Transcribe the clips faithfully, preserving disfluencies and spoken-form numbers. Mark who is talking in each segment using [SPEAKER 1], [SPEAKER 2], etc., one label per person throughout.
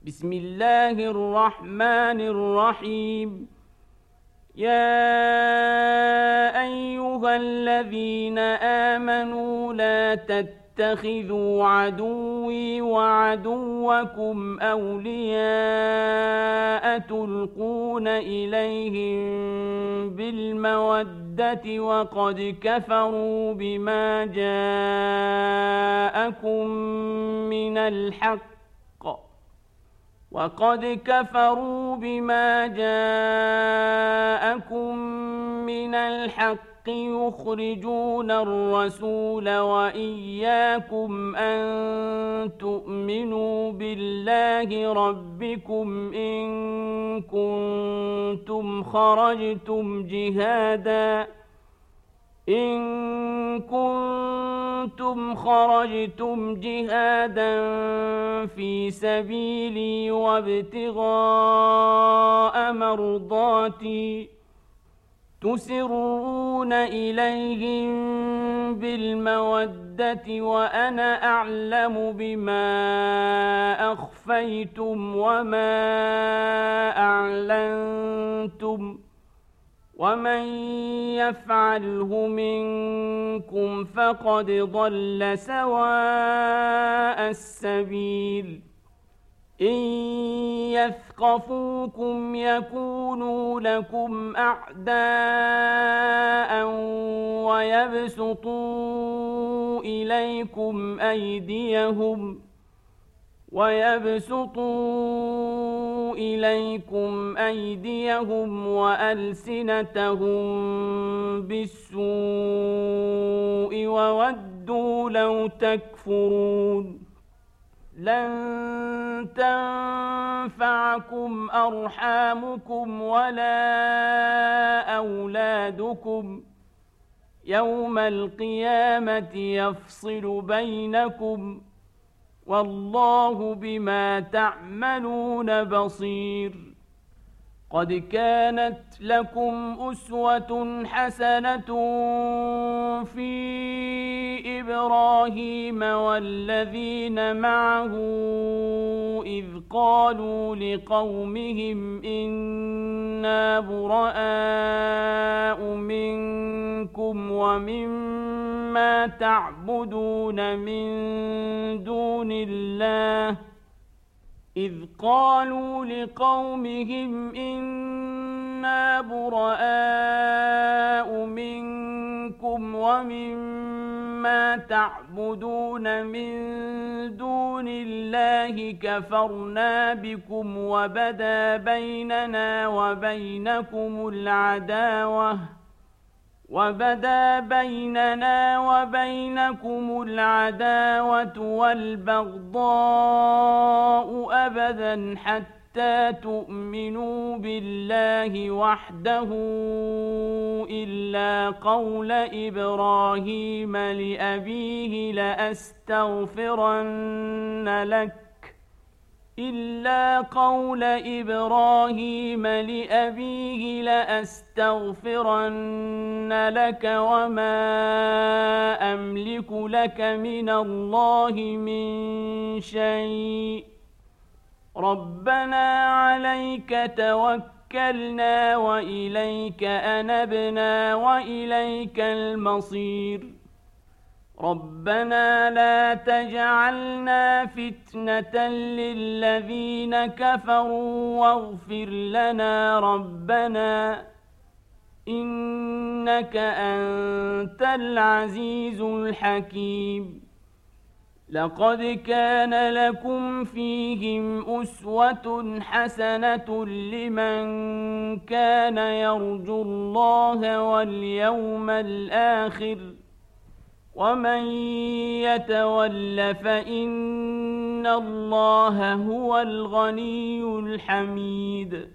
[SPEAKER 1] بسم الله الرحمن الرحيم. يا أيها الذين آمنوا لا تتخذوا عدوي وعدوكم أولياء تلقون إليهم بالمودة وقد كفروا بما جاءكم من الحق وقد كفروا بما جاءكم من الحق يخرجون الرسول وإياكم أن تؤمنوا بالله ربكم إن كنتم خرجتم جهاداً إن كنتم خرجتم جهادا في سبيلي وابتغاء مرضاتي تسرون إليهم بالمودة وأنا أعلم بما أخفيتم وما أعلنتم ومن يفعله منكم فقد ضل سواء السبيل إن يثقفوكم يكونوا لكم أعداء ويبسطوا إليكم أيديهم ويبسطوا إليكم أيديهم وألسنتهم بالسوء وودوا لو تكفرون لن تنفعكم أرحامكم ولا أولادكم يوم القيامة يفصل بينكم والله بما تعملون بصير. قد كانت لكم أسوة حسنة في إبراهيم والذين معه إذ قالوا لقومهم إنا براء منكم ومما تعبدون من دون الله إذ قالوا لقومهم إنا براء منكم ومما تعبدون من دون الله كفرنا بكم وبدا بيننا وبينكم العداوة وبدا بيننا وبينكم العداوة والبغضاء أبدا حتى تؤمنوا بالله وحده إلا قول إبراهيم لأبيه لأستغفرن لك إلا قول إبراهيم لأبيه لأستغفرن لك وما أملك لك من الله من شيء ربنا عليك توكلنا وإليك أنبنا وإليك المصير ربنا لا تجعلنا فتنة للذين كفروا واغفر لنا ربنا إنك أنت العزيز الحكيم. لقد كان لكم فيهم أسوة حسنة لمن كان يرجو الله واليوم الآخر ومن يتول فإن الله هو الغني الحميد.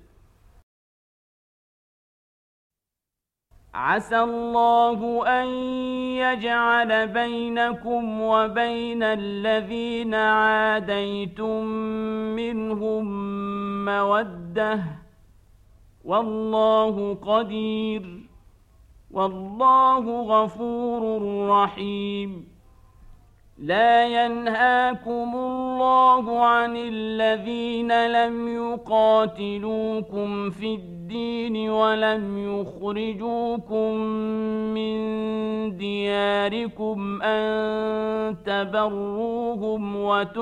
[SPEAKER 1] عسى الله أن يجعل بينكم وبين الذين عاديتم منهم مودة والله قدير والله غفور رحيم. لا ينهاكم الله عن الذين لم يقاتلوكم في الدين ولم يخرجوكم من دياركم أن تبروهم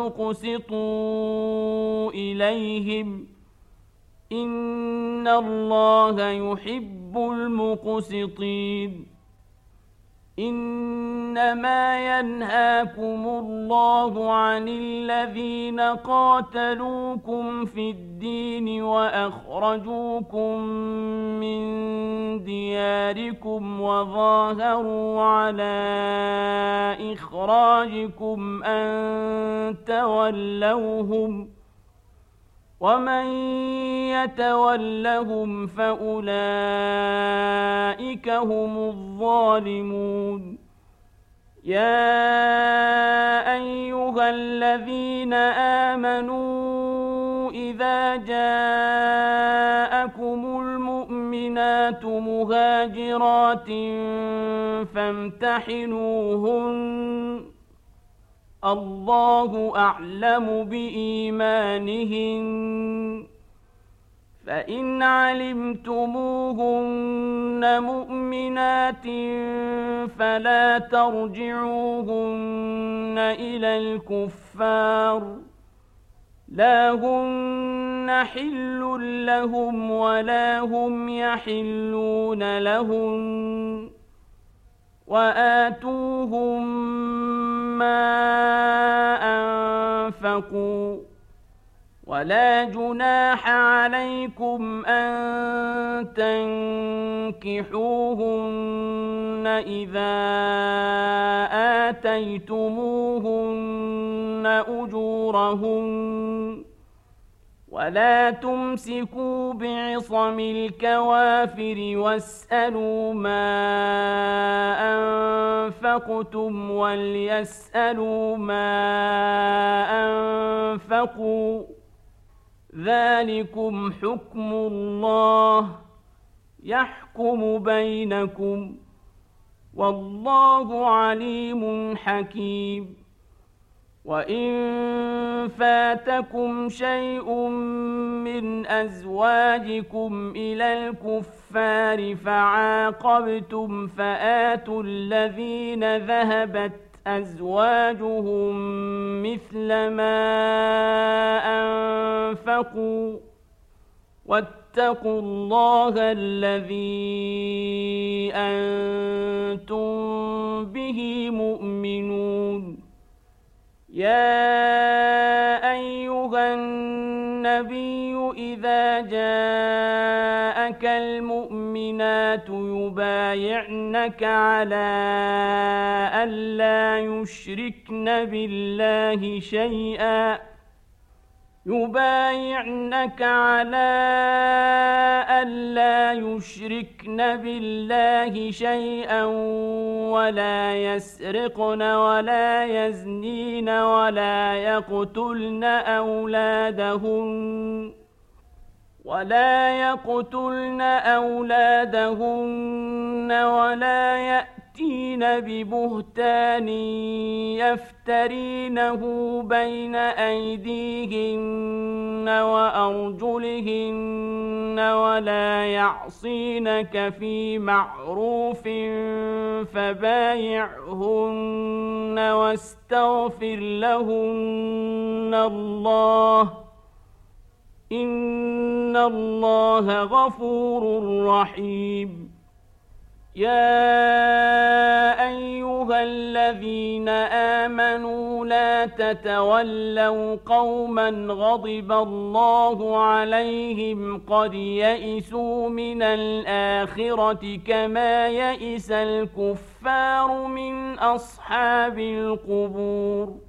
[SPEAKER 1] وتقسطوا إليهم إن الله يحب المقسطين إنما ينهاكم الله عن الذين قاتلوكم في الدين وأخرجوكم من دياركم وظاهروا على إخراجكم أن تولوهم ومن يتولهم فأولئك هم الظالمون يا أيها الذين آمنوا إذا جاءكم المؤمنات مهاجرات فامتحنوهن الله أعلم بإيمانهن فإن علمتموهن مؤمنات فلا ترجعوهن إلى الكفار لا هن حل لهم ولا هم يحلون لهن وآتوهم ما أنفقوا ولا جناح عليكم أن تنكحوهن إذا آتيتموهن أجورهن ولا تمسكوا بعصم الكوافر واسألوا ما أنفقتم وليسألوا ما أنفقوا ذلكم حكم الله يحكم بينكم والله عليم حكيم وإن فاتكم شيء من أزواجكم إلى الكفار فعاقبتم فآتوا الذين ذهبت أزواجهم مثل ما أنفقوا واتقوا الله الذي أنتم به مؤمنون يا أيها النبي إذا جاءك المؤمنات يبايعنك على ألا يشركن بالله شيئا يبايعنك على ألا يشركن بالله شيئا ولا يسرقن ولا يزنين ولا يقتلن أولادهن ولا يقتلن أولادهن ولا يأتين ببهتان يفترينه بين أيديهن وأرجلهن ولا يعصينك في معروف فبايعهن واستغفر لهن الله إن الله غفور رحيم يا أيها الذين آمنوا لا تتولوا قوما غضب الله عليهم قد يئسوا من الآخرة كما يئس الكفار من أصحاب القبور